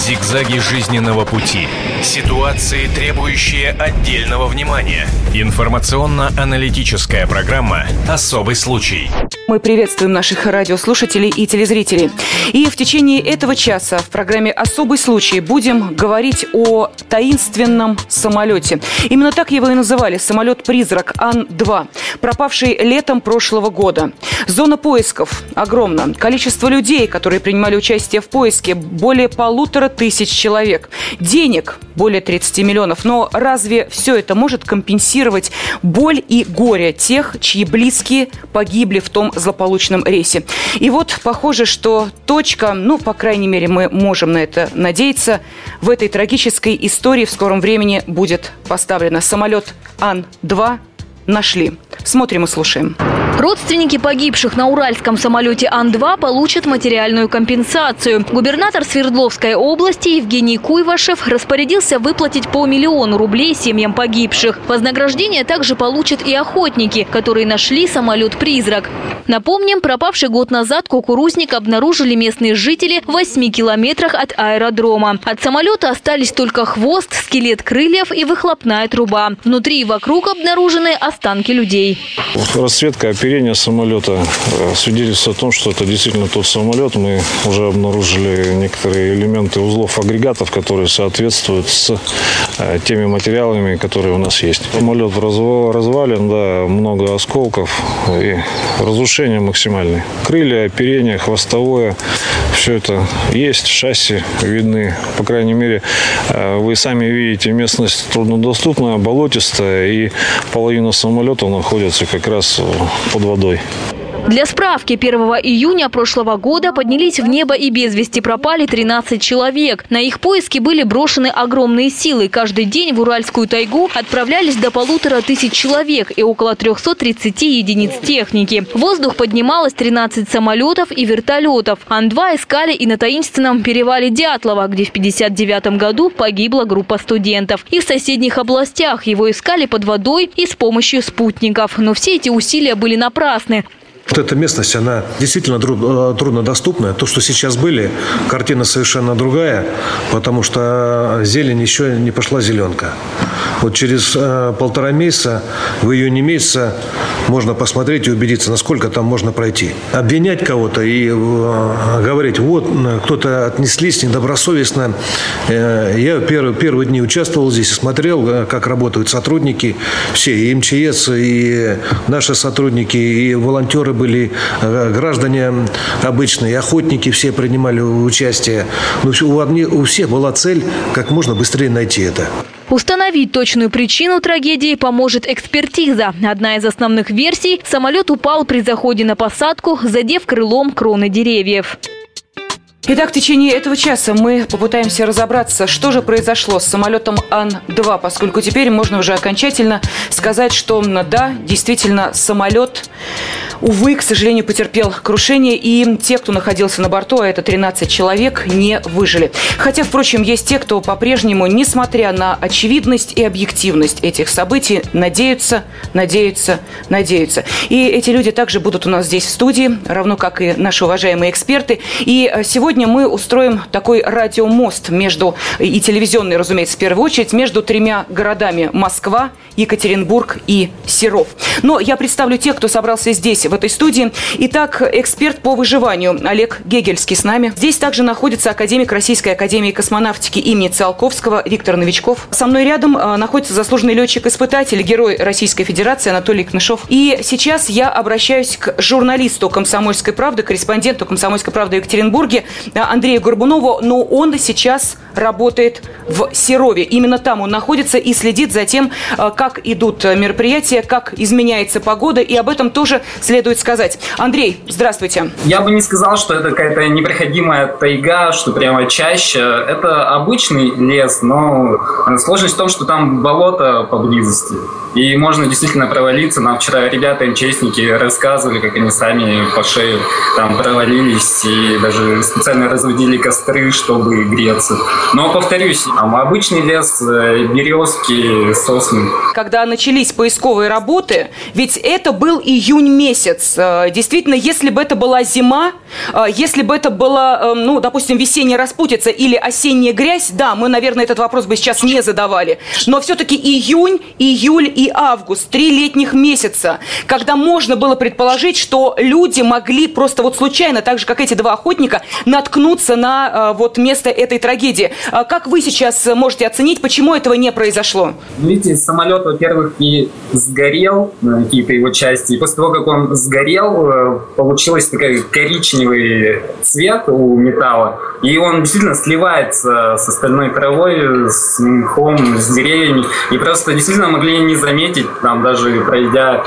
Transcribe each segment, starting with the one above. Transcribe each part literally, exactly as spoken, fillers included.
Зигзаги жизненного пути. Ситуации, требующие отдельного внимания. Информационно-аналитическая программа «Особый случай». Мы приветствуем наших радиослушателей и телезрителей. И в течение этого часа в программе «Особый случай» будем говорить о таинственном самолете. Именно так его и называли – самолет-призрак Ан два, пропавший летом прошлого года. Зона поисков огромна. Количество людей, которые принимали участие в поиске, более полутора тысяч человек. Денег более тридцати миллионов. Но разве все это может компенсировать боль и горе тех, чьи близкие погибли в том злополучном рейсе? И вот похоже, что точка, ну, по крайней мере, мы можем на это надеяться, в этой трагической истории в скором времени будет поставлена. Самолет Ан два нашли. Смотрим и слушаем. Родственники погибших на уральском самолете Ан два получат материальную компенсацию. Губернатор Свердловской области Евгений Куйвашев распорядился выплатить по миллиону рублей семьям погибших. Вознаграждение также получат и охотники, которые нашли самолет-призрак. Напомним, пропавший год назад кукурузник обнаружили местные жители в восьми километрах от аэродрома. От самолета остались только хвост, скелет крыльев и выхлопная труба. Внутри и вокруг обнаружены останки людей. Расцветка оперения самолета свидетельствует о том, что это действительно тот самолет. Мы уже обнаружили некоторые элементы узлов агрегатов, которые соответствуют с теми материалами, которые у нас есть. Самолет развален, да, много осколков и разрушения максимальные. Крылья, оперение, хвостовое, все это есть, шасси видны. По крайней мере, вы сами видите, местность труднодоступная, болотистая, и половина самолета находится как раз под водой. Для справки, первого июня прошлого года поднялись в небо и без вести пропали тринадцать человек. На их поиски были брошены огромные силы. Каждый день в Уральскую тайгу отправлялись до полутора тысяч человек и около трёхсот тридцати единиц техники. В воздух поднималось тринадцать самолетов и вертолетов. Ан два искали и на таинственном перевале Дятлова, где в пятьдесят девятом году погибла группа студентов. И в соседних областях его искали под водой и с помощью спутников. Но все эти усилия были напрасны. Вот эта местность, она действительно труднодоступная. То, что сейчас были, картина совершенно другая, потому что зелень еще не пошла зеленка. Вот через э, полтора месяца, в июне месяца, можно посмотреть и убедиться, насколько там можно пройти. Обвинять кого-то и э, говорить, вот, кто-то отнеслись недобросовестно. Э, я первые, первые дни участвовал здесь и смотрел, как работают сотрудники. Все, и эм че эс, и наши сотрудники, и волонтеры были, э, граждане обычные, и охотники все принимали участие. Но у, у всех была цель как можно быстрее найти это. Установить точную причину трагедии поможет экспертиза. Одна из основных версий – самолет упал при заходе на посадку, задев крылом кроны деревьев. Итак, в течение этого часа мы попытаемся разобраться, что же произошло с самолетом Ан два, поскольку теперь можно уже окончательно сказать, что да, действительно, самолет, увы, к сожалению, потерпел крушение, и те, кто находился на борту, а это тринадцать человек, не выжили. Хотя, впрочем, есть те, кто по-прежнему, несмотря на очевидность и объективность этих событий, надеются, надеются, надеются. И эти люди также будут у нас здесь в студии, равно как и наши уважаемые эксперты. И сегодня Сегодня мы устроим такой радиомост между, и телевизионный, разумеется, в первую очередь, между тремя городами: Москва, Екатеринбург и Серов. Но я представлю тех, кто собрался здесь, в этой студии. Итак, эксперт по выживанию Олег Гегельский с нами. Здесь также находится академик Российской академии космонавтики имени Циолковского Виктор Новичков. Со мной рядом э, находится заслуженный летчик-испытатель, герой Российской Федерации Анатолий Кнышов. И сейчас я обращаюсь к журналисту «Комсомольской правды», корреспонденту «Комсомольской правды» в Екатеринбурге Андрею Горбунову, но он сейчас работает в Серове. Именно там он находится и следит за тем, как идут мероприятия, как изменяется погода, и об этом тоже следует сказать. Андрей, здравствуйте. Я бы не сказал, что это какая-то непроходимая тайга, что прямо чаще. Это обычный лес, но сложность в том, что там болото поблизости. И можно действительно провалиться. Нам вчера ребята, МЧСники, рассказывали, как они сами по шею там провалились и даже специально разводили костры, чтобы греться. Но, повторюсь, там обычный лес, березки, сосны. Когда начались поисковые работы, ведь это был июнь месяц. Действительно, если бы это была зима, если бы это была, ну, допустим, весенняя распутица или осенняя грязь, да, мы, наверное, этот вопрос бы сейчас не задавали. Но все-таки июнь, июль и август, три летних месяца, когда можно было предположить, что люди могли просто вот случайно, так же, как эти два охотника, наткнуться на вот место этой трагедии. Как вы сейчас можете оценить, почему этого не произошло? Видите, самолет, во-первых, и сгорел, какие-то его части, и после того, как он сгорел, получился такой коричневый цвет у металла, и он действительно сливается с остальной травой, с мхом, с деревьями, и просто действительно могли не заметить, там даже пройдя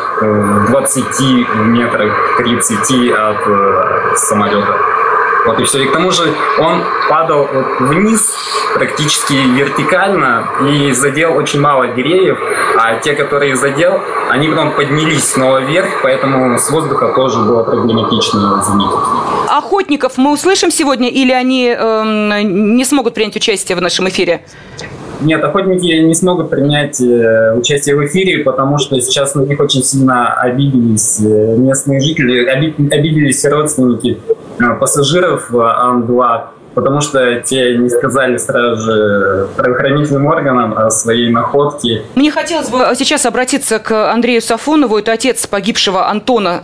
двадцати метрах, тридцати от э, самолета. Вот и все. И к тому же он падал вниз практически вертикально и задел очень мало деревьев, а те, которые задел, они потом поднялись снова вверх, поэтому с воздуха тоже было проблематично заметить. Охотников мы услышим сегодня или они э, не смогут принять участие в нашем эфире? Нет, охотники не смогут принять э, участие в эфире, потому что сейчас на них очень сильно обиделись э, местные жители, оби, обиделись родственники э, пассажиров Ан два, потому что те не сказали сразу же правоохранительным органам о своей находке. Мне хотелось бы сейчас обратиться к Андрею Сафонову, это отец погибшего Антона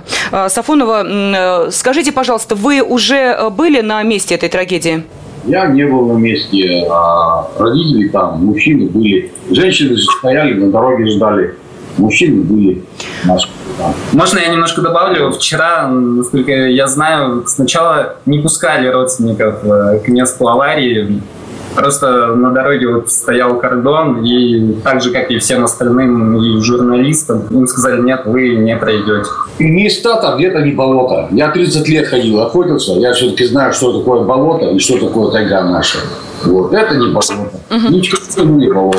Сафонова. Скажите, пожалуйста, вы уже были на месте этой трагедии? Я не был на месте, а родители там, мужчины были. Женщины стояли на дороге, ждали. Мужчины были наши. Можно я немножко добавлю? Вчера, насколько я знаю, сначала не пускали родственников к месту аварии. Просто на дороге вот стоял кордон, и так же, как и всем остальным и журналистам, им сказали, нет, вы не пройдете. Места там где-то не болото. Я тридцать лет ходил, охотился. Я все-таки знаю, что такое болото и что такое тайга наша. Вот. Это не болото. Uh-huh. Ничего не болото.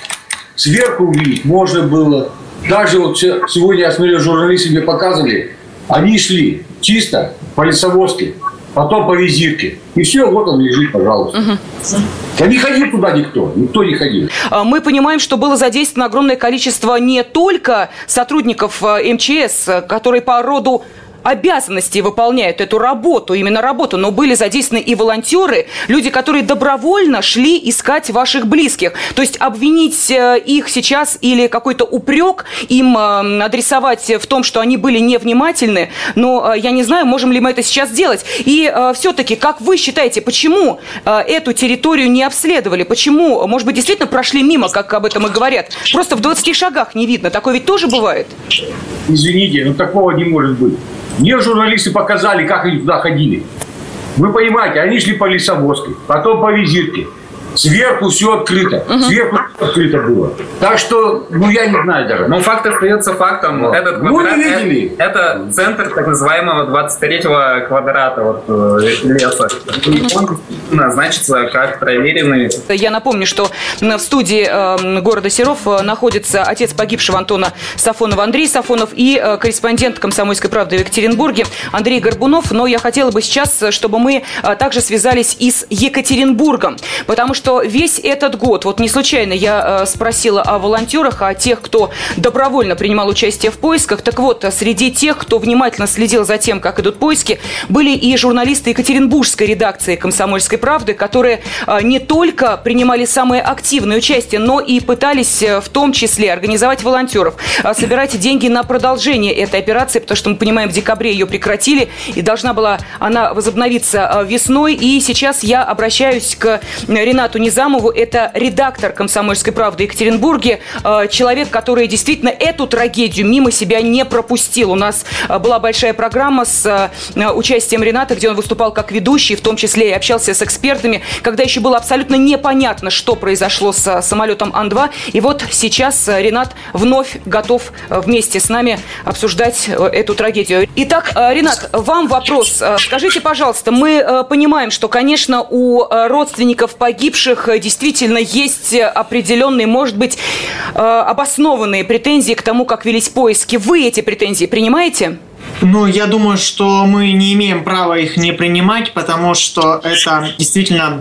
Сверху увидеть можно было. Даже вот сегодня я смотрел, журналисты мне показывали, они шли чисто по лесовозке, потом по визирке. И все, вот он лежит, пожалуйста. Угу. Да не ходил туда никто, никто не ходил. Мы понимаем, что было задействовано огромное количество не только сотрудников эм че эс, которые по роду обязанности выполняют эту работу, именно работу, но были задействованы и волонтеры, люди, которые добровольно шли искать ваших близких. То есть обвинить их сейчас или какой-то упрек им адресовать в том, что они были невнимательны, но я не знаю, можем ли мы это сейчас делать. И все-таки, как вы считаете, почему эту территорию не обследовали? Почему, может быть, действительно прошли мимо, как об этом и говорят? Просто в двадцати шагах не видно. Такое ведь тоже бывает? Извините, но такого не может быть. Мне журналисты показали, как они туда ходили. Вы понимаете, они шли по лесовозке, потом по визирке. Сверху все открыто. Uh-huh. Сверху все открыто было. Так что, ну, я не знаю даже. Но факт остается фактом. Вот. Этот квадрат, ну, это, это центр так называемого двадцать третьего квадрата вот, леса. И он значится как проверенный. Я напомню, что в студии э, города Серов находится отец погибшего Антона Сафонова Андрей Сафонов и э, корреспондент «Комсомольской правды» в Екатеринбурге Андрей Горбунов. Но я хотела бы сейчас, чтобы мы э, также связались и с Екатеринбургом. Потому что что весь этот год, вот не случайно я э, спросила о волонтерах, о тех, кто добровольно принимал участие в поисках. Так вот, среди тех, кто внимательно следил за тем, как идут поиски, были и журналисты екатеринбургской редакции «Комсомольской правды», которые э, не только принимали самое активное участие, но и пытались э, в том числе организовать волонтеров, э, собирать деньги на продолжение этой операции, потому что мы понимаем, в декабре ее прекратили, и должна была она возобновиться э, весной. И сейчас я обращаюсь к Ренату Низамову, это редактор «Комсомольской правды» в Екатеринбурге, человек, который действительно эту трагедию мимо себя не пропустил. У нас была большая программа с участием Рената, где он выступал как ведущий, в том числе и общался с экспертами, когда еще было абсолютно непонятно, что произошло с самолетом Ан два. И вот сейчас Ренат вновь готов вместе с нами обсуждать эту трагедию. Итак, Ренат, вам вопрос. Скажите, пожалуйста, мы понимаем, что, конечно, у родственников погибших действительно есть определенные, может быть, обоснованные претензии к тому, как велись поиски. Вы эти претензии принимаете? Ну, я думаю, что мы не имеем права их не принимать, потому что это действительно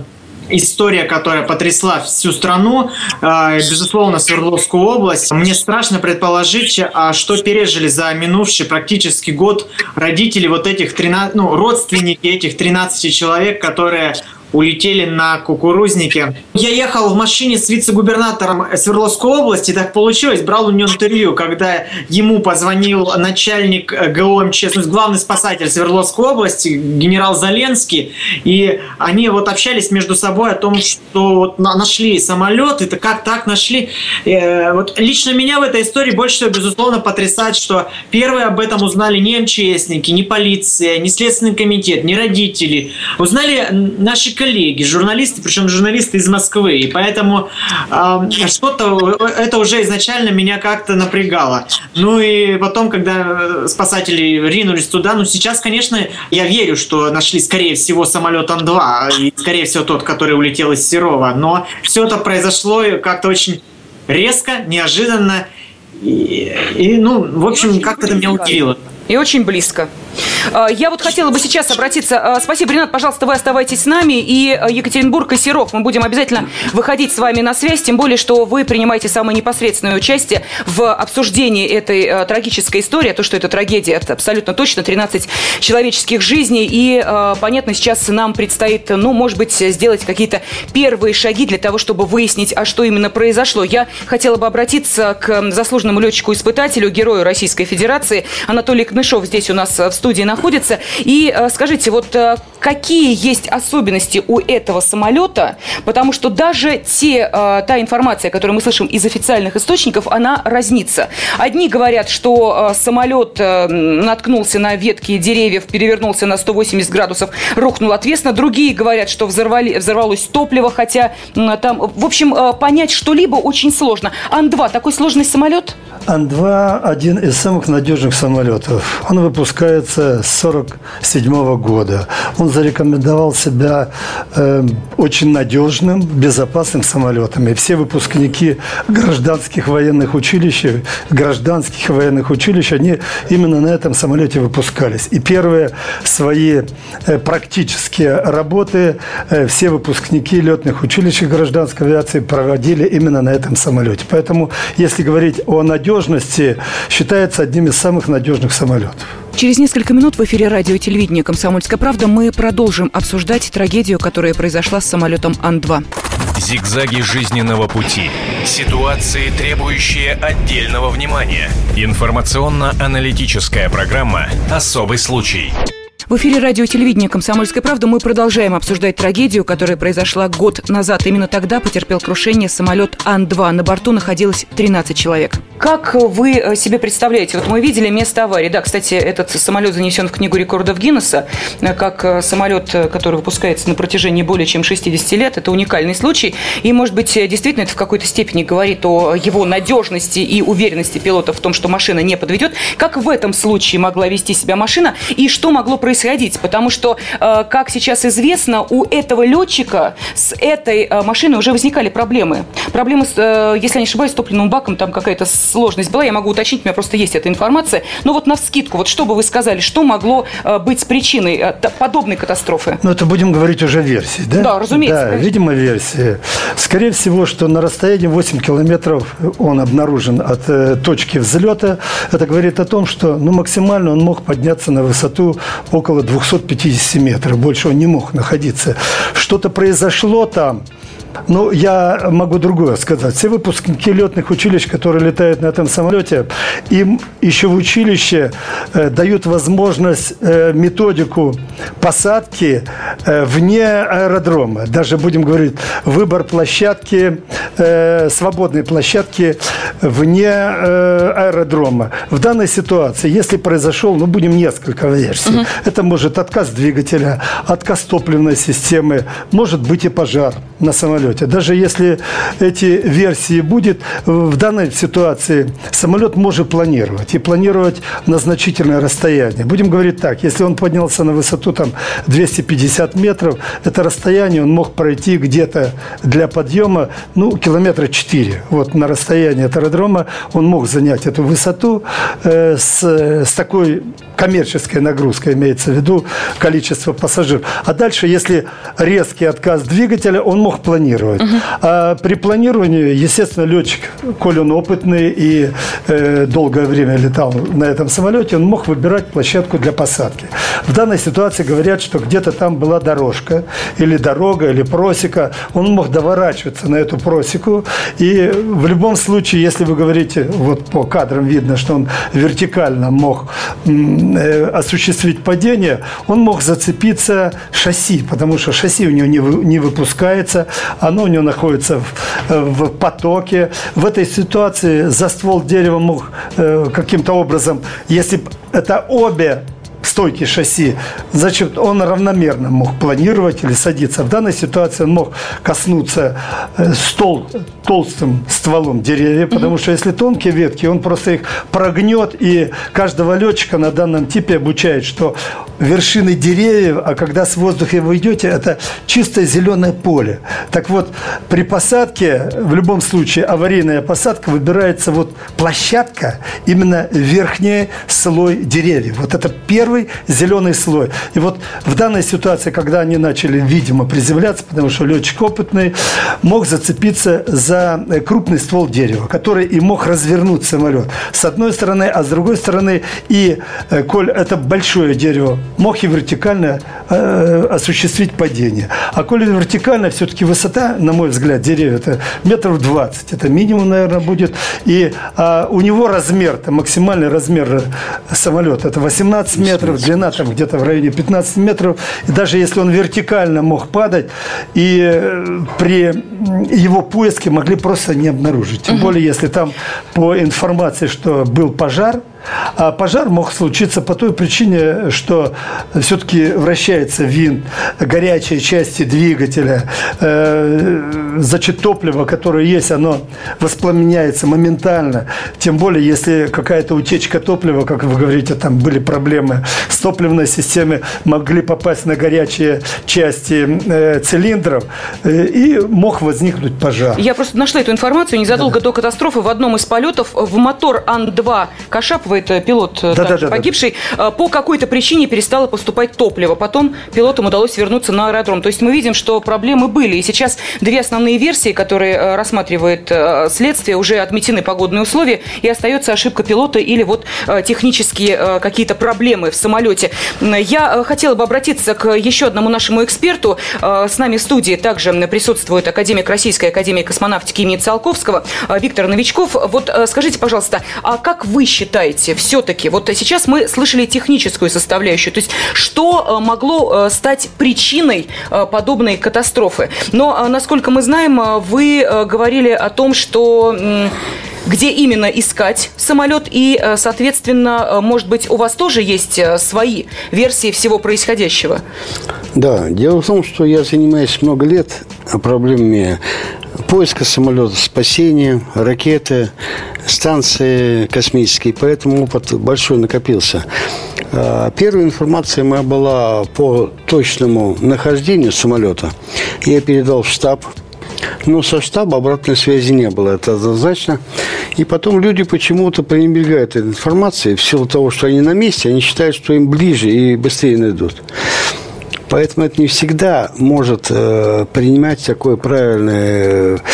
история, которая потрясла всю страну, безусловно, Свердловскую область. Мне страшно предположить, что пережили за минувший практически год родители вот этих тринадцати, ну, родственники этих тринадцати человек, которые улетели на кукурузнике. Я ехал в машине с вице-губернатором Свердловской области, так получилось, брал у него интервью, когда ему позвонил начальник ГОМЧС, ну, главный спасатель Свердловской области, генерал Заленский, и они вот общались между собой о том, что вот нашли самолет, это как так нашли. Вот лично меня в этой истории больше всего, безусловно, потрясает, что первые об этом узнали не МЧСники, не полиция, не Следственный комитет, не родители. Узнали наши коллеги, журналисты, причем журналисты из Москвы. И поэтому э, что-то это уже изначально меня как-то напрягало. Ну и потом, когда спасатели ринулись туда, ну сейчас, конечно, я верю, что нашли, скорее всего, самолет Ан два, и, скорее всего, тот, который улетел из Серова. Но все это произошло как-то очень резко, неожиданно. И, и ну, в общем, как-то это меня удивило. И очень близко. Я вот хотела бы сейчас обратиться... Спасибо, Ренат, пожалуйста, вы оставайтесь с нами. И Екатеринбург, и Серов. Мы будем обязательно выходить с вами на связь. Тем более, что вы принимаете самое непосредственное участие в обсуждении этой трагической истории. То, что это трагедия, это абсолютно точно. тринадцать человеческих жизней. И, понятно, сейчас нам предстоит, ну, может быть, сделать какие-то первые шаги для того, чтобы выяснить, а что именно произошло. Я хотела бы обратиться к заслуженному летчику-испытателю, герою Российской Федерации. Анатолий Кнышов здесь у нас в студии находится. И э, скажите, вот э, какие есть особенности у этого самолета? Потому что даже те, э, та информация, которую мы слышим из официальных источников, она разнится. Одни говорят, что э, самолет э, наткнулся на ветки деревьев, перевернулся на сто восемьдесят градусов, рухнул отвесно. Другие говорят, что взорвали, взорвалось топливо, хотя э, там... В общем, э, понять что-либо очень сложно. Ан два такой сложный самолет? Ан два – один из самых надежных самолетов. Он выпускается с сорок седьмого года. Он зарекомендовал себя э, очень надежным, безопасным самолетом. И все выпускники гражданских военных училищ, гражданских военных училищ, они именно на этом самолете выпускались. И первые свои э, практические работы э, все выпускники летных училищ гражданской авиации проводили именно на этом самолете. Поэтому, если говорить о надежности, считается одним из самых надежных самолетов. Через несколько минут в эфире радио и телевидения «Комсомольская правда» мы продолжим обсуждать трагедию, которая произошла с самолетом Ан два. Зигзаги жизненного пути. Ситуации, требующие отдельного внимания. Информационно-аналитическая программа «Особый случай». В эфире радио и телевидения «Комсомольская правда» мы продолжаем обсуждать трагедию, которая произошла год назад. Именно тогда потерпел крушение самолет Ан два. На борту находилось тринадцать человек. Как вы себе представляете? Вот мы видели место аварии. Да, кстати, этот самолет занесен в Книгу рекордов Гиннесса как самолет, который выпускается на протяжении более чем шестидесяти лет. Это уникальный случай. И, может быть, действительно это в какой-то степени говорит о его надежности и уверенности пилота в том, что машина не подведет. Как в этом случае могла вести себя машина и что могло происходить? Потому что, как сейчас известно, у этого летчика с этой машиной уже возникали проблемы. Проблемы, с, если я не ошибаюсь, с топливным баком, там какая-то сложность была. Я могу уточнить, у меня просто есть эта информация. Но вот навскидку, вот что бы вы сказали, что могло быть причиной подобной катастрофы? Ну, это будем говорить уже версии, да? Да, разумеется. Да, видимо, версии. Скорее всего, что на расстоянии восемь километров он обнаружен от э, точки взлета. Это говорит о том, что ну, максимально он мог подняться на высоту около двести пятьдесят метров. Больше он не мог находиться. Что-то произошло там. Ну, я могу другое сказать. Все выпускники летных училищ, которые летают на этом самолете, им еще в училище э, дают возможность, э, методику посадки э, вне аэродрома. Даже, будем говорить, выбор площадки, э, свободной площадки вне э, аэродрома. В данной ситуации, если произошел, ну, будем несколько версий. Uh-huh. Это может отказ двигателя, отказ топливной системы, может быть и пожар на самолете. взлете. Даже если эти версии будет, в данной ситуации самолет может планировать. И планировать на значительное расстояние. Будем говорить так, если он поднялся на высоту там, двести пятьдесят метров, это расстояние он мог пройти где-то для подъема ну, километра четыре. Вот на расстоянии от аэродрома он мог занять эту высоту э, с, с такой коммерческой нагрузкой, имеется в виду количество пассажиров. А дальше, если резкий отказ двигателя, он мог планировать. Uh-huh. А при планировании, естественно, летчик, коль он опытный и э, долгое время летал на этом самолете, он мог выбирать площадку для посадки. В данной ситуации говорят, что где-то там была дорожка, или дорога, или просека. Он мог доворачиваться на эту просеку. И в любом случае, если вы говорите, вот по кадрам видно, что он вертикально мог осуществить падение, он мог зацепиться шасси, потому что шасси у него не, вы, не выпускается, оно у него находится в, в потоке. В этой ситуации за ствол дерева мог э, каким-то образом, если это обе стойки шасси, значит, он равномерно мог планировать или садиться. В данной ситуации он мог коснуться стол, толстым стволом деревьев, потому что если тонкие ветки, он просто их прогнет, и каждого летчика на данном типе обучает, что вершины деревьев, а когда с воздуха вы идете, это чистое зеленое поле. Так вот, при посадке, в любом случае, аварийная посадка, выбирается вот площадка, именно верхний слой деревьев. Вот это первый зеленый слой. И вот в данной ситуации, когда они начали, видимо, приземляться, потому что летчик опытный, мог зацепиться за крупный ствол дерева, который и мог развернуть самолет с одной стороны, а с другой стороны, и, коль это большое дерево, мог и вертикально э, осуществить падение. А коль вертикально, все-таки высота, на мой взгляд, деревья, это метров двадцать. Это минимум, наверное, будет. И э, у него размер, там, максимальный размер самолета, это восемнадцать метров. Длина там где-то в районе пятнадцать метров. И даже если он вертикально мог падать, и при его поиске могли просто не обнаружить. Тем более, если там по информации, что был пожар, а пожар мог случиться по той причине, что все-таки вращается винт, горячие части двигателя, э, значит, топливо, которое есть, оно воспламеняется моментально. Тем более, если какая-то утечка топлива, как вы говорите, там были проблемы с топливной системой, могли попасть на горячие части э, цилиндров, э, и мог возникнуть пожар. Я просто нашла эту информацию незадолго да. до катастрофы. В одном из полетов в мотор Ан два Кашапова, это пилот да, также да, да, погибший, да. по какой-то причине перестало поступать топливо. Потом пилотам удалось вернуться на аэродром. То есть мы видим, что проблемы были. И сейчас две основные версии, которые рассматривает следствие, уже отметены погодные условия, и остается ошибка пилота или вот технические какие-то проблемы в самолете. Я хотела бы обратиться к еще одному нашему эксперту. С нами в студии также присутствует академик Российской академии космонавтики имени Циолковского Виктор Новичков. Вот скажите, пожалуйста, а как вы считаете, все-таки, вот сейчас мы слышали техническую составляющую, то есть что могло стать причиной подобной катастрофы? Но, насколько мы знаем, вы говорили о том, что где именно искать самолет, и, соответственно, может быть, у вас тоже есть свои версии всего происходящего? Да, дело в том, что я занимаюсь много лет проблемами поиска самолета, спасения, ракеты, станции космические, поэтому опыт большой накопился. Первая информация моя была по точному нахождению самолета. Я передал в штаб, но со штаба обратной связи не было, это однозначно. И потом люди почему-то пренебрегают этой информацией, в силу того, что они на месте, они считают, что им ближе и быстрее найдут. Поэтому это не всегда может э, принимать такое правильное э,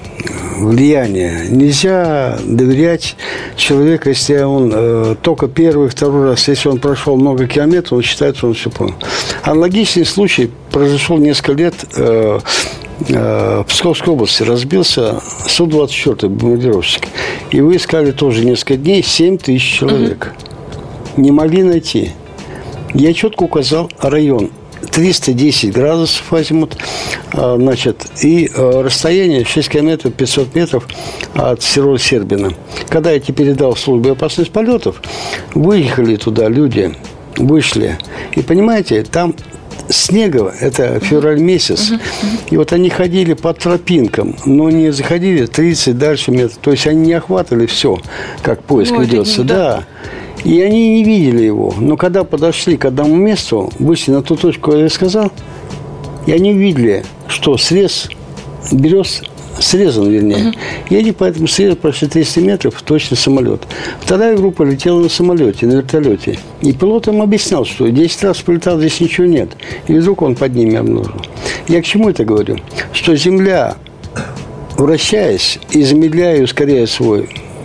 влияние. Нельзя доверять человеку, если он э, только первый, второй раз, если он прошел много километров, он считает, что он все понял. Аналогичный случай произошел несколько лет э, э, в Псковской области. Разбился Су двадцать четыре бомбардировщик. И вы искали тоже несколько дней семь тысяч человек. Mm-hmm. Не могли найти. Я четко указал район. триста десять градусов азимут, значит, и расстояние шесть километров пятьсот метров от Серова-Сербина. Когда я передал в службу опасность полетов, выехали туда люди, вышли. И понимаете, там снега, это февраль месяц, uh-huh. и вот они ходили по тропинкам, но не заходили тридцать дальше метров, то есть они не охватывали все, как поиск ну, ведется, да. да. И они не видели его, но когда подошли к одному месту, вышли на ту точку, я сказал, и они увидели, что срез берез срезан, вернее. Uh-huh. И они по этому срезу прошли триста метров, точно самолет. Вторая группа летела на самолете, на вертолете. И пилот им объяснял, что десять раз полетал, здесь ничего нет. И вдруг он под ними обнаружил. Я к чему это говорю? Что Земля, вращаясь и замедляя и ускоряя свой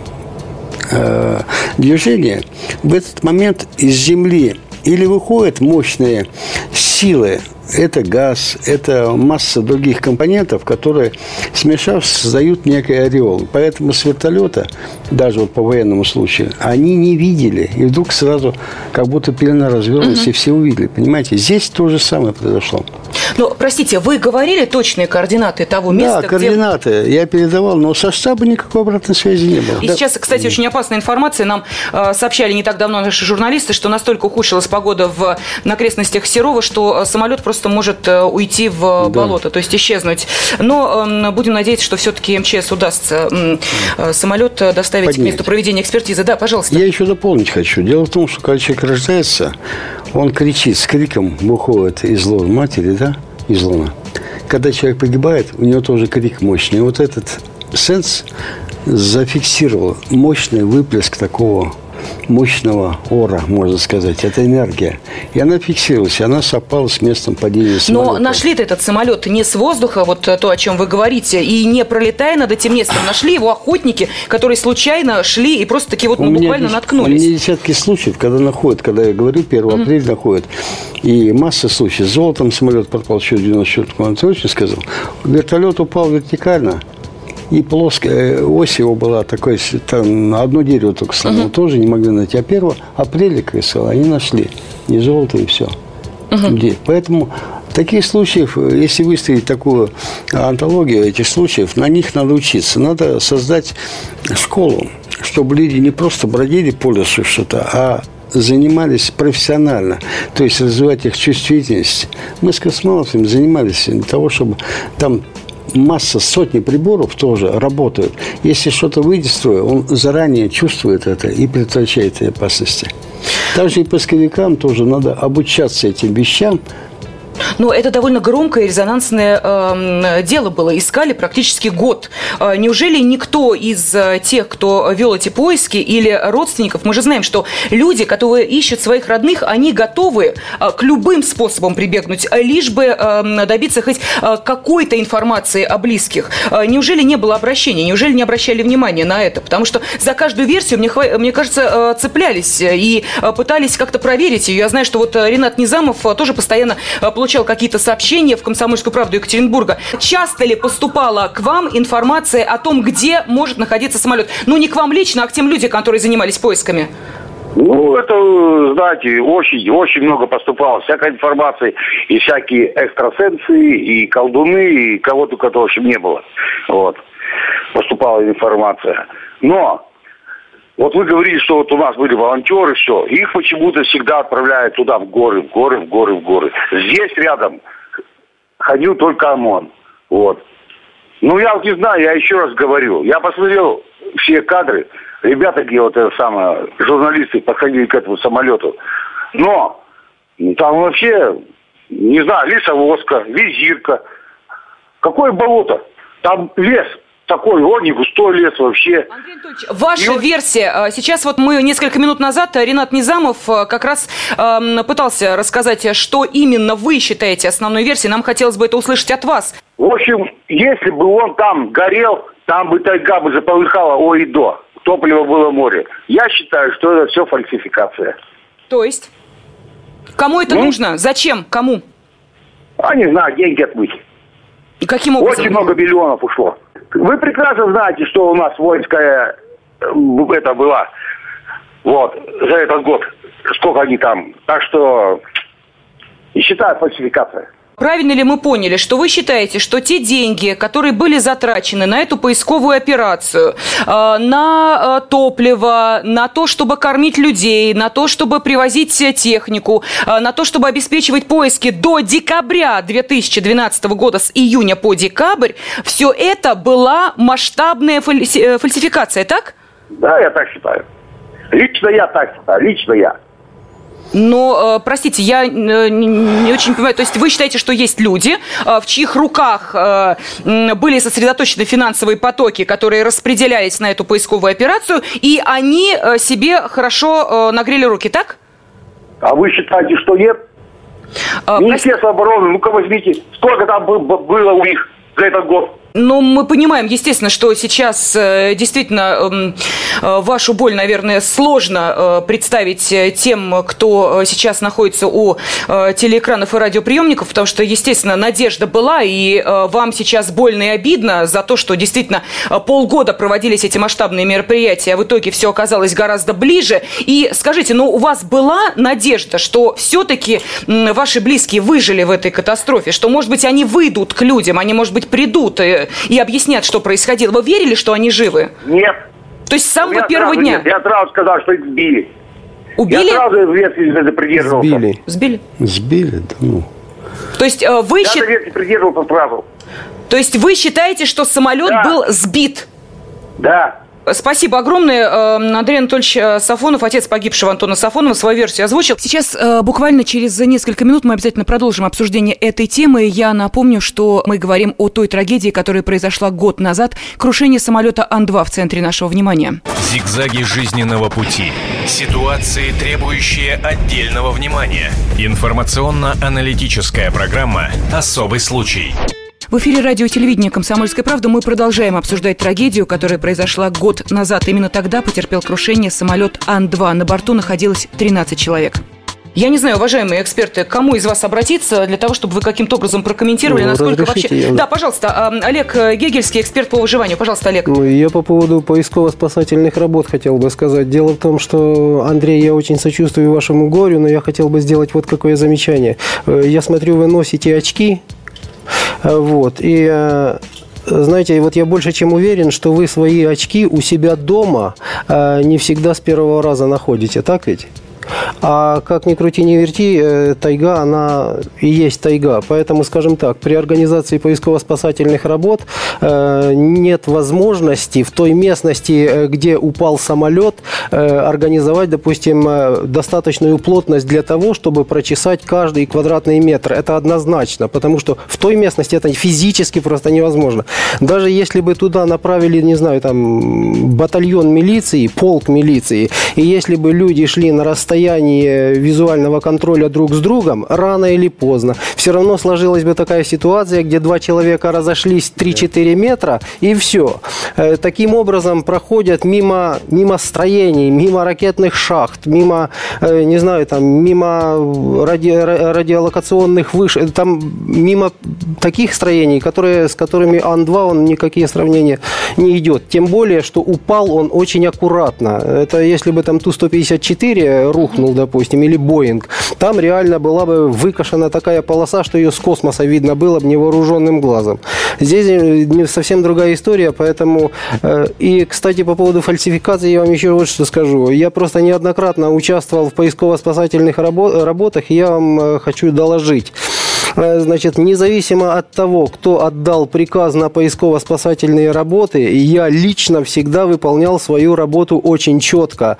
э, движение, в этот момент из Земли или выходят мощные силы, это газ, это масса других компонентов, которые, смешавшись, создают некий ореол. Поэтому с вертолета, даже вот по военному случаю, они не видели. И вдруг сразу как будто пелена развернулась, угу. и все увидели. Понимаете, здесь то же самое произошло. Ну, простите, вы говорили точные координаты того места, да, координаты где... я передавал, но со штаба никакой обратной связи не было. И да. сейчас, кстати, очень опасная информация. Нам э, сообщали не так давно наши журналисты, что настолько ухудшилась погода в, на окрестностях Серова, что самолет просто может э, уйти в да. болото, то есть исчезнуть. Но э, будем надеяться, что все-таки эм че эс удастся э, э, самолет доставить Поднять. к месту проведения экспертизы. Да, пожалуйста. Я еще дополнить хочу. Дело в том, что когда человек рождается, он кричит с криком, выходит из лона матери, да, из лона. Когда человек погибает, у него тоже крик мощный. И вот этот сенс зафиксировал мощный выплеск такого мощного ора, можно сказать. Это энергия. И она фиксировалась, и она совпала с местом падения самолета. Но нашли-то этот самолет не с воздуха, вот то, о чем вы говорите, и не пролетая над этим местом. Нашли его охотники, которые случайно шли и просто-таки вот ну, буквально меня, наткнулись. У меня десятки случаев, когда находят, когда я говорю, первого апреля mm-hmm. находят, и масса случаев. С золотом самолет пропал еще в девяносто четвёртом году, ты очень сказал. Вертолет упал вертикально. И плоская ось его была такой, там одно дерево только сломало, uh-huh. тоже не могли найти. А первого апреля, как я сказал, они нашли. Не золото и все. Uh-huh. Поэтому таких случаев, если выставить такую антологию этих случаев, на них надо учиться. Надо создать школу, чтобы люди не просто бродили по лесу что-то, а занимались профессионально, то есть развивать их чувствительность. Мы с космонавтами занимались для того, чтобы там масса, сотни приборов тоже работают. Если что-то выйдет из строя, он заранее чувствует это и предотвращает эти опасности. Также и поисковикам тоже надо обучаться этим вещам. Но это довольно громкое и резонансное э, дело было. Искали практически год. Э, неужели никто из э, тех, кто вел эти поиски, или родственников, мы же знаем, что люди, которые ищут своих родных, они готовы э, к любым способам прибегнуть, лишь бы э, добиться хоть э, какой-то информации о близких. Э, неужели не было обращения? Неужели не обращали внимания на это? Потому что за каждую версию, мне, мне кажется, э, цеплялись и э, пытались как-то проверить ее. Я знаю, что вот Ринат Низамов э, тоже постоянно э, получал какие-то сообщения в «Комсомольскую правду» Екатеринбурга. Часто ли поступала к вам информация о том, где может находиться самолет? Ну, не к вам лично, а к тем людям, которые занимались поисками. Ну, это, знаете, очень, очень много поступало. Всякой информации, и всякие экстрасенсы, и колдуны, и кого только в общем не было. Вот. Поступала информация. Но вот вы говорили, что вот у нас были волонтеры, все. Их почему-то всегда отправляют туда, в горы, в горы, в горы, в горы. Здесь рядом ходил только ОМОН. Вот. Ну, я вот не знаю, я еще раз говорю. Я посмотрел все кадры. Ребята, где вот это самое, журналисты подходили к этому самолету. Но там вообще, не знаю, лесовозка, визирка. Какое болото? Там лес. Такой, о, не густой лес вообще. Андрей Анатольевич, ваша И... версия. Сейчас вот мы несколько минут назад, Ринат Низамов как раз э, пытался рассказать, что именно вы считаете основной версией. Нам хотелось бы это услышать от вас. В общем, если бы он там горел, там бы тайга бы заполыхала о и до. Топливо было море. Я считаю, что это все фальсификация. То есть? Кому это ну? нужно? Зачем? Кому? А не знаю, деньги отмыть. Каким образом? Очень много миллионов ушло. Вы прекрасно знаете, что у нас воинская это была вот за этот год. Сколько они там. Так что не считаю фальсификация. Правильно ли мы поняли, что вы считаете, что те деньги, которые были затрачены на эту поисковую операцию, на топливо, на то, чтобы кормить людей, на то, чтобы привозить технику, на то, чтобы обеспечивать поиски до декабря две тысячи двенадцатого года, с июня по декабрь, все это была масштабная фальси- фальсификация, так? Да, я так считаю. Лично я так считаю, лично я. Но, простите, я не очень понимаю, то есть вы считаете, что есть люди, в чьих руках были сосредоточены финансовые потоки, которые распределялись на эту поисковую операцию, и они себе хорошо нагрели руки, так? А вы считаете, что нет? А, Министерство прости... обороны, ну-ка возьмите, сколько там было у них за этот год? Ну, мы понимаем, естественно, что сейчас э, действительно э, вашу боль, наверное, сложно э, представить тем, кто сейчас находится у э, телеэкранов и радиоприемников, потому что, естественно, надежда была, и э, вам сейчас больно и обидно за то, что действительно э, полгода проводились эти масштабные мероприятия, а в итоге все оказалось гораздо ближе. И скажите, ну, у вас была надежда, что все-таки э, ваши близкие выжили в этой катастрофе, что, может быть, они выйдут к людям, они, может быть, придут и и объяснят, что происходило. Вы верили, что они живы? Нет. То есть с самого первого дня? Нет. Я сразу сказал, что их сбили. Убили? Я сразу версии придерживался. Сбили. Сбили? Сбили, да ну. То есть вы... Я счит... версии придерживался сразу. То есть вы считаете, что самолет да. был сбит? Да. Спасибо огромное. Андрей Анатольевич Сафонов, отец погибшего Антона Сафонова, свою версию озвучил. Сейчас буквально через несколько минут мы обязательно продолжим обсуждение этой темы. Я напомню, что мы говорим о той трагедии, которая произошла год назад. Крушение самолета Ан два в центре нашего внимания. Зигзаги жизненного пути. Ситуации, требующие отдельного внимания. Информационно-аналитическая программа «Особый случай». В эфире радио и телевидения «Комсомольская правда» мы продолжаем обсуждать трагедию, которая произошла год назад. Именно тогда потерпел крушение самолет Ан два. На борту находилось тринадцать человек. Я не знаю, уважаемые эксперты, к кому из вас обратиться для того, чтобы вы каким-то образом прокомментировали, ну, насколько вообще... Я... Да, пожалуйста, Олег Гегельский, эксперт по выживанию. Пожалуйста, Олег. Ну, я по поводу поисково-спасательных работ хотел бы сказать. Дело в том, что, Андрей, я очень сочувствую вашему горю, но я хотел бы сделать вот какое замечание. Я смотрю, вы носите очки. Вот, и знаете, вот я больше чем уверен, что вы свои очки у себя дома не всегда с первого раза находите, так ведь? А как ни крути, ни верти, тайга, она и есть тайга. Поэтому, скажем так, при организации поисково-спасательных работ нет возможности в той местности, где упал самолет, организовать, допустим, достаточную плотность для того, чтобы прочесать каждый квадратный метр. Это однозначно, потому что в той местности это физически просто невозможно. Даже если бы туда направили, не знаю, там, батальон милиции, полк милиции, и если бы люди шли на расстояние визуального контроля друг с другом, рано или поздно все равно сложилась бы такая ситуация, где два человека разошлись три-четыре метра, и все. Таким образом проходят мимо, мимо строений, мимо ракетных шахт, мимо, не знаю, там, мимо ради, радиолокационных вышек, там, мимо таких строений, которые, с которыми Ан два, он никакие сравнения не идет. Тем более, что упал он очень аккуратно. Это если бы там Ту сто пятьдесят четыре рухнул, допустим, или Боинг, там реально была бы выкашена такая полоса, что ее с космоса видно было бы невооруженным глазом. Здесь совсем другая история, поэтому... И, кстати, по поводу фальсификации я вам еще вот что скажу. Я просто неоднократно участвовал в поисково-спасательных работах, и я вам хочу доложить. Значит, независимо от того, кто отдал приказ на поисково-спасательные работы, я лично всегда выполнял свою работу очень четко.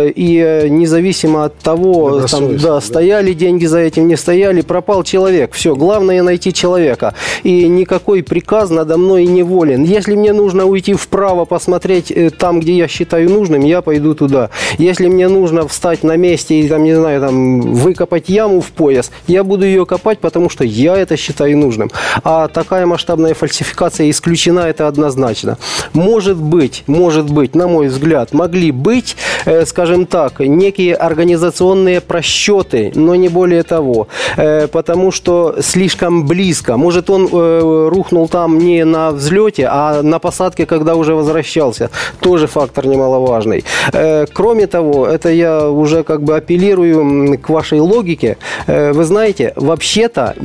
И независимо от того, там, да, стояли деньги за этим, не стояли, пропал человек. Все, главное найти человека. И никакой приказ надо мной не волен. Если мне нужно уйти вправо, посмотреть там, где я считаю нужным, я пойду туда. Если мне нужно встать на месте и, там, не знаю, там, выкопать яму в пояс, я буду ее копать, потому что я это считаю нужным. А такая масштабная фальсификация исключена, это однозначно. Может быть, может быть, на мой взгляд, могли быть, э, скажем так, некие организационные просчеты, но не более того. Э, потому что слишком близко. Может, он э, рухнул там не на взлете, а на посадке, когда уже возвращался. Тоже фактор немаловажный. Э, кроме того, это я уже как бы апеллирую к вашей логике. Э, вы знаете, вообще-то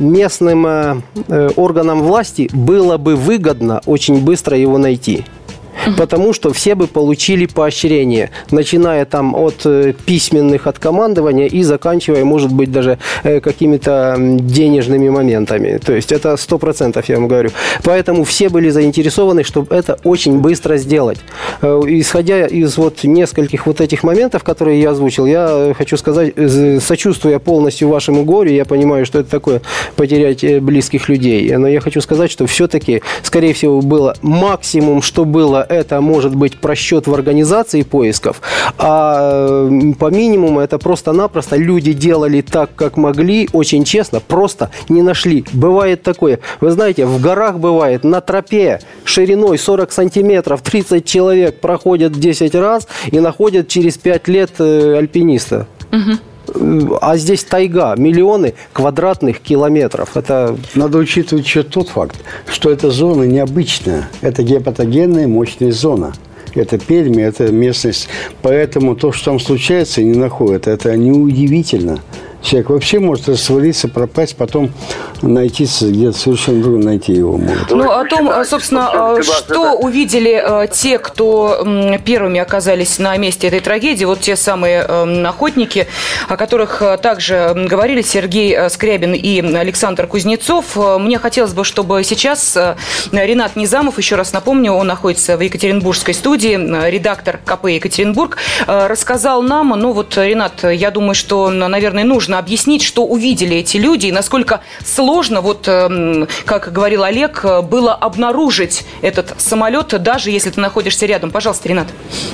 местным органам власти было бы выгодно очень быстро его найти. Потому что все бы получили поощрение, начиная там от письменных от командования и заканчивая, может быть, даже какими-то денежными моментами. То есть это сто процентов, я вам говорю. Поэтому все были заинтересованы, чтобы это очень быстро сделать. Исходя из вот нескольких вот этих моментов, которые я озвучил, я хочу сказать, сочувствуя полностью вашему горю, я понимаю, что это такое потерять близких людей. Но я хочу сказать, что все-таки, скорее всего, было максимум, что было, это может быть просчет в организации поисков, а по минимуму это просто-напросто люди делали так, как могли, очень честно, просто не нашли. Бывает такое, вы знаете, в горах бывает, на тропе шириной сорок сантиметров, тридцать человек проходят десять раз и находят через пять лет альпиниста. Угу. А здесь тайга, миллионы квадратных километров. Это... Надо учитывать еще тот факт, что эта зона необычная. Это гепатогенная мощная зона. Это Пермь, это местность. Поэтому то, что там случается и не находят, это неудивительно. Человек вообще может раствориться, пропасть, потом найти где-то совершенно другое, найти его может. Ну, о том, собственно, что увидели те, кто первыми оказались на месте этой трагедии, вот те самые охотники, о которых также говорили Сергей Скрябин и Александр Кузнецов. Мне хотелось бы, чтобы сейчас Ринат Низамов, еще раз напомню, он находится в Екатеринбургской студии, редактор ка пэ «Екатеринбург», рассказал нам, ну вот, Ринат, я думаю, что, наверное, нужно объяснить, что увидели эти люди и насколько сложно, вот как говорил Олег, было обнаружить этот самолет, даже если ты находишься рядом. Пожалуйста, Ринат.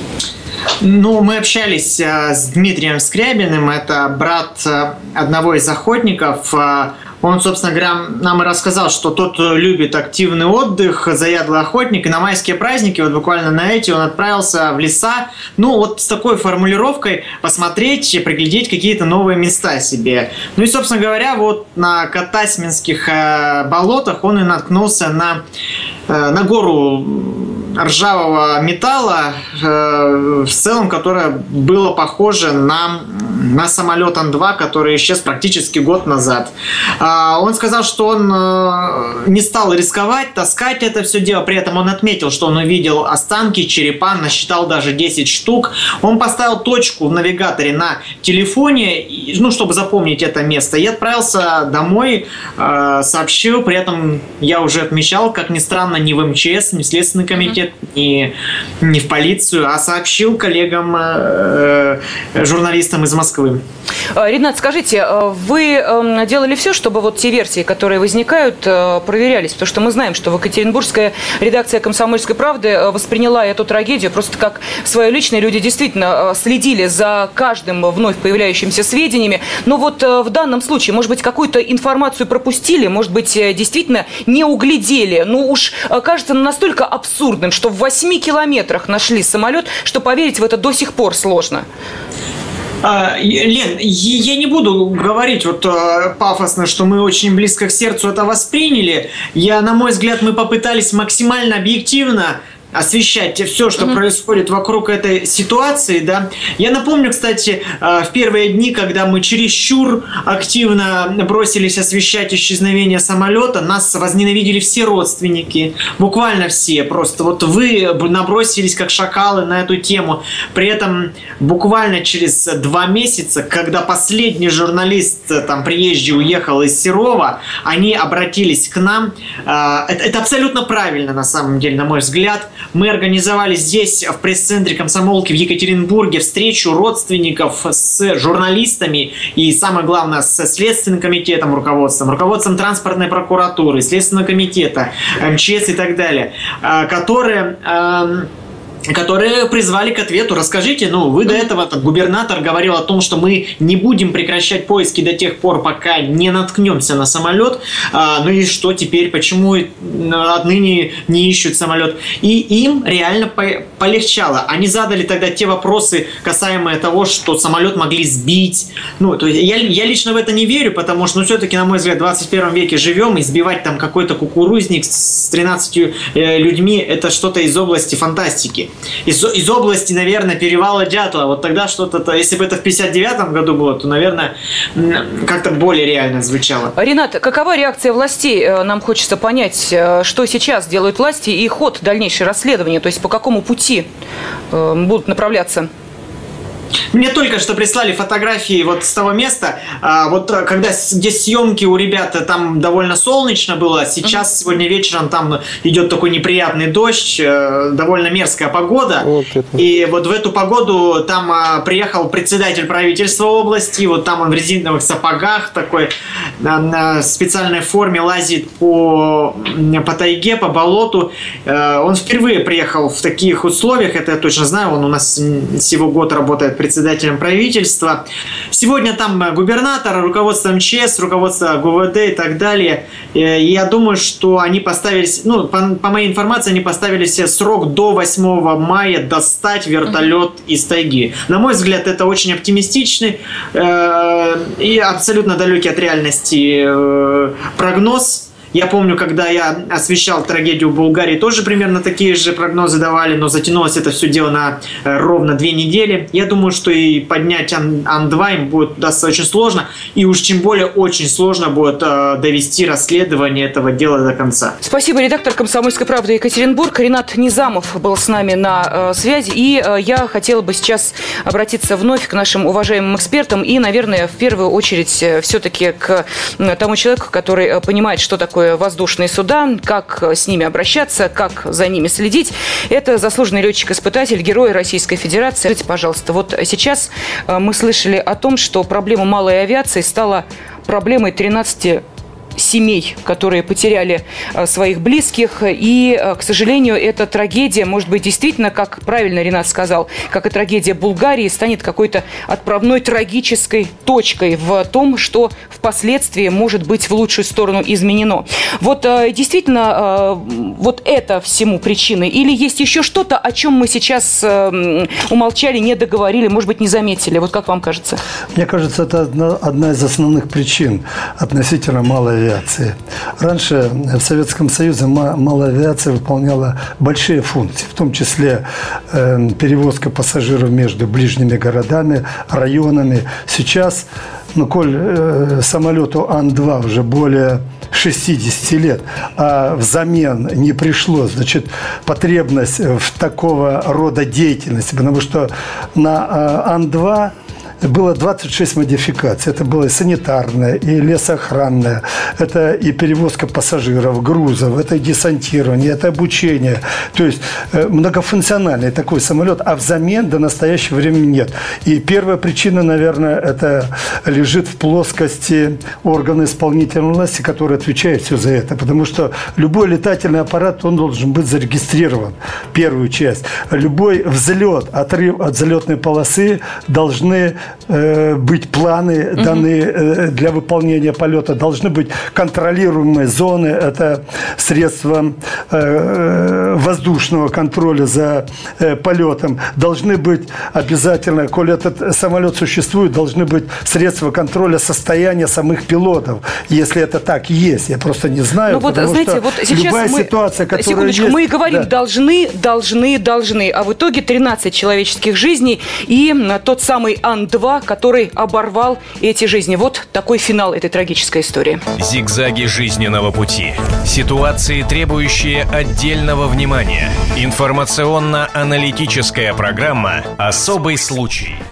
Ну, мы общались с Дмитрием Скрябиным, это брат одного из охотников. Он, собственно говоря, нам и рассказал, что тот любит активный отдых, заядлый охотник, и на майские праздники, вот буквально на эти, он отправился в леса, ну, вот с такой формулировкой посмотреть, приглядеть какие-то новые места себе. Ну и, собственно говоря, вот на Катасьминских болотах он и наткнулся на, на гору ржавого металла, в целом, которое было похоже на, на самолет Ан два, который исчез практически год назад. Он сказал, что он не стал рисковать, таскать это все дело. При этом он отметил, что он увидел останки, черепа, насчитал даже десять штук. Он поставил точку в навигаторе на телефоне, ну, чтобы запомнить это место, и отправился домой, сообщил. При этом я уже отмечал, как ни странно, не в эм че эс, не в Следственный комитет, не, не в полицию, а сообщил коллегам, журналистам из Москвы. Ринат, скажите, вы делали все, чтобы вот те версии, которые возникают, проверялись? Потому что мы знаем, что Екатеринбургская редакция «Комсомольской правды» восприняла эту трагедию просто как свое личное. Люди действительно следили за каждым вновь появляющимися сведениями. Но вот в данном случае, может быть, какую-то информацию пропустили, может быть, действительно не углядели. Ну уж кажется настолько абсурдным, что в восьми километрах нашли самолет, что поверить в это до сих пор сложно. Лен, я не буду говорить вот пафосно, что мы очень близко к сердцу это восприняли. Я, на мой взгляд, мы попытались максимально объективно освещать все, что mm-hmm. происходит вокруг этой ситуации, да. Я напомню, кстати, в первые дни, когда мы чересчур активно бросились освещать исчезновение самолета, нас возненавидели все родственники, буквально все, просто вот вы набросились как шакалы на эту тему. При этом буквально через два месяца, когда последний журналист там приезжий уехал из Серова, они обратились к нам. Это, это абсолютно правильно, на самом деле, на мой взгляд. Мы организовали здесь, в пресс-центре комсомолки в Екатеринбурге, встречу родственников с журналистами и, самое главное, со Следственным комитетом, руководством, руководством транспортной прокуратуры, Следственного комитета, эм че эс и так далее, которые... которые призвали к ответу. Расскажите, ну, вы до этого, там, губернатор говорил о том, что мы не будем прекращать поиски до тех пор, пока не наткнемся на самолет. А, ну и что теперь? Почему отныне не ищут самолет? И им реально по- полегчало. Они задали тогда те вопросы, касаемые того, что самолет могли сбить. Ну, то есть я, я лично в это не верю, потому что, ну, все-таки, на мой взгляд, в двадцать первом веке живем, и сбивать там какой-то кукурузник с тринадцатью э, людьми, это что-то из области фантастики. из, из области, наверное, перевала Дятлова. Вот тогда что-то, если бы это в пятьдесят девятом году было, то, наверное, как-то более реально звучало. Ренат, какова реакция властей? Нам хочется понять, что сейчас делают власти и ход дальнейшего расследования, то есть по какому пути будут направляться? Мне только что прислали фотографии вот с того места, вот когда здесь съемки у ребят, там довольно солнечно было, сейчас mm-hmm. сегодня вечером там идет такой неприятный дождь, довольно мерзкая погода, вот и вот в эту погоду там приехал председатель правительства области, вот там он в резиновых сапогах такой, на специальной форме лазит по, по тайге, по болоту, он впервые приехал в таких условиях, это я точно знаю, он у нас всего год работает председателем правительства. Сегодня там губернатор, руководство эм че эс, руководство гэ вэ дэ и так далее. И я думаю, что они поставили, ну, по, по моей информации, они поставили себе срок до восьмого мая достать вертолет mm-hmm. из тайги. На мой взгляд, это очень оптимистичный э, и абсолютно далекий от реальности э, прогноз. Я помню, когда я освещал трагедию в Болгарии, тоже примерно такие же прогнозы давали, но затянулось это все дело на ровно две недели. Я думаю, что и поднять Ан два им будет удастся очень сложно, и уж тем более очень сложно будет э, довести расследование этого дела до конца. Спасибо. Редактор «Комсомольской правды» Екатеринбург Ренат Низамов был с нами на э, связи. И э, я хотела бы сейчас обратиться вновь к нашим уважаемым экспертам и, наверное, в первую очередь э, все-таки к э, тому человеку, который э, понимает, что такое воздушные суда, как с ними обращаться, как за ними следить. Это заслуженный летчик-испытатель, герой Российской Федерации. Скажите, пожалуйста, вот сейчас мы слышали о том, что проблема малой авиации стала проблемой тринадцати семей, которые потеряли своих близких. И, к сожалению, эта трагедия, может быть, действительно, как правильно Ренат сказал, как и трагедия Булгарии, станет какой-то отправной трагической точкой в том, что впоследствии может быть в лучшую сторону изменено. Вот действительно, вот это всему причины? Или есть еще что-то, о чем мы сейчас умолчали, не договорили, может быть, не заметили? Вот как вам кажется? Мне кажется, это одна, одна из основных причин относительно малой авиации. Раньше в Советском Союзе малая авиация выполняла большие функции, в том числе э, перевозка пассажиров между ближними городами, районами. Сейчас, ну, коль э, самолету Ан два уже более шестьдесят лет, а взамен не пришло, значит, потребность в такого рода деятельности, потому что на э, Ан два было двадцать шесть модификаций. Это было и санитарное, и лесоохранное, это и перевозка пассажиров, грузов, это и десантирование, это обучение. То есть многофункциональный такой самолет, а взамен до настоящего времени нет. И первая причина, наверное, это лежит в плоскости органа исполнительной власти, который отвечает все за это. Потому что любой летательный аппарат, он должен быть зарегистрирован, первую часть. Любой взлет, отрыв от взлетной полосы должны быть планы, данные для выполнения полета, должны быть контролируемые зоны, это средства воздушного контроля за полетом, должны быть обязательно, коли этот самолет существует, должны быть средства контроля состояния самих пилотов, если это так есть, я просто не знаю, ну, вот, потому знаете, что вот сейчас любая мы, ситуация, которая секундочку, есть, мы и говорим, да. должны, должны, должны, а в итоге тринадцать человеческих жизней и тот самый Ан два, который оборвал эти жизни. Вот такой финал этой трагической истории. Зигзаги жизненного пути. Ситуации, требующие отдельного внимания. Информационно-аналитическая программа «Особый случай».